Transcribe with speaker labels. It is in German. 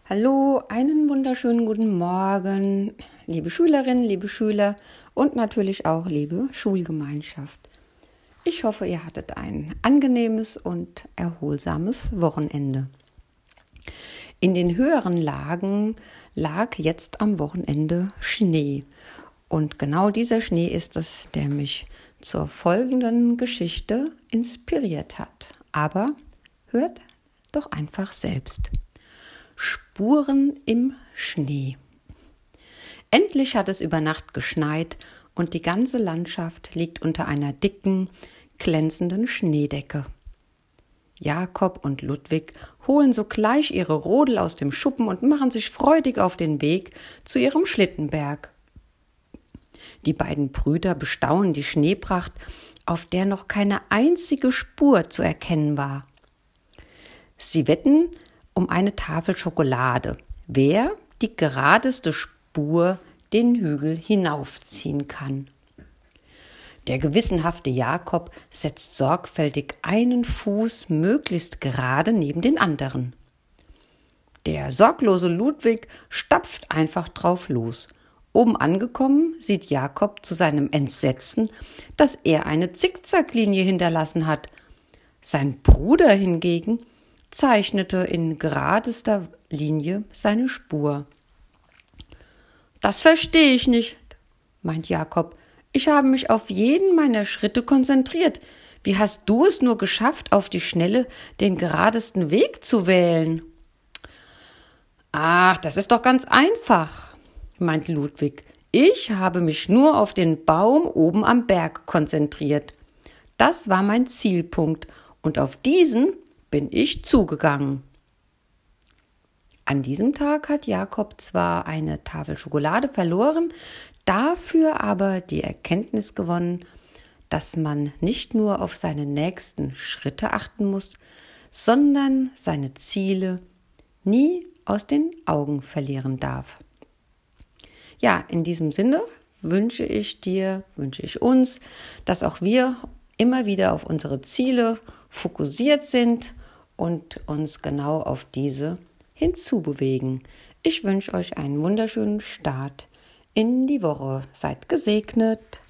Speaker 1: Hallo, einen wunderschönen guten Morgen, liebe Schülerinnen, liebe Schüler und natürlich auch liebe Schulgemeinschaft. Ich hoffe, ihr hattet ein angenehmes und erholsames Wochenende. In den höheren Lagen lag jetzt am Wochenende Schnee. Und genau dieser Schnee ist es, der mich zur folgenden Geschichte inspiriert hat. Aber hört doch einfach selbst. Spuren im Schnee. Endlich hat es über Nacht geschneit und die ganze Landschaft liegt unter einer dicken, glänzenden Schneedecke. Jakob und Ludwig holen sogleich ihre Rodel aus dem Schuppen und machen sich freudig auf den Weg zu ihrem Schlittenberg. Die beiden Brüder bestaunen die Schneepracht, auf der noch keine einzige Spur zu erkennen war. Sie wetten um eine Tafel Schokolade, wer die geradeste Spur den Hügel hinaufziehen kann. Der gewissenhafte Jakob setzt sorgfältig einen Fuß möglichst gerade neben den anderen. Der sorglose Ludwig stapft einfach drauf los. Oben angekommen sieht Jakob zu seinem Entsetzen, dass er eine Zickzacklinie hinterlassen hat. Sein Bruder hingegen zeichnete in geradester Linie seine Spur. Das verstehe ich nicht, meint Jakob. Ich habe mich auf jeden meiner Schritte konzentriert. Wie hast du es nur geschafft, auf die Schnelle den geradesten Weg zu wählen? Ach, das ist doch ganz einfach, meint Ludwig. Ich habe mich nur auf den Baum oben am Berg konzentriert. Das war mein Zielpunkt und auf diesen bin ich zugegangen. An diesem Tag hat Jakob zwar eine Tafel Schokolade verloren, dafür aber die Erkenntnis gewonnen, dass man nicht nur auf seine nächsten Schritte achten muss, sondern seine Ziele nie aus den Augen verlieren darf. Ja, in diesem Sinne wünsche ich uns, dass auch wir immer wieder auf unsere Ziele fokussiert sind und uns genau auf diese hinzubewegen. Ich wünsche euch einen wunderschönen Start in die Woche. Seid gesegnet.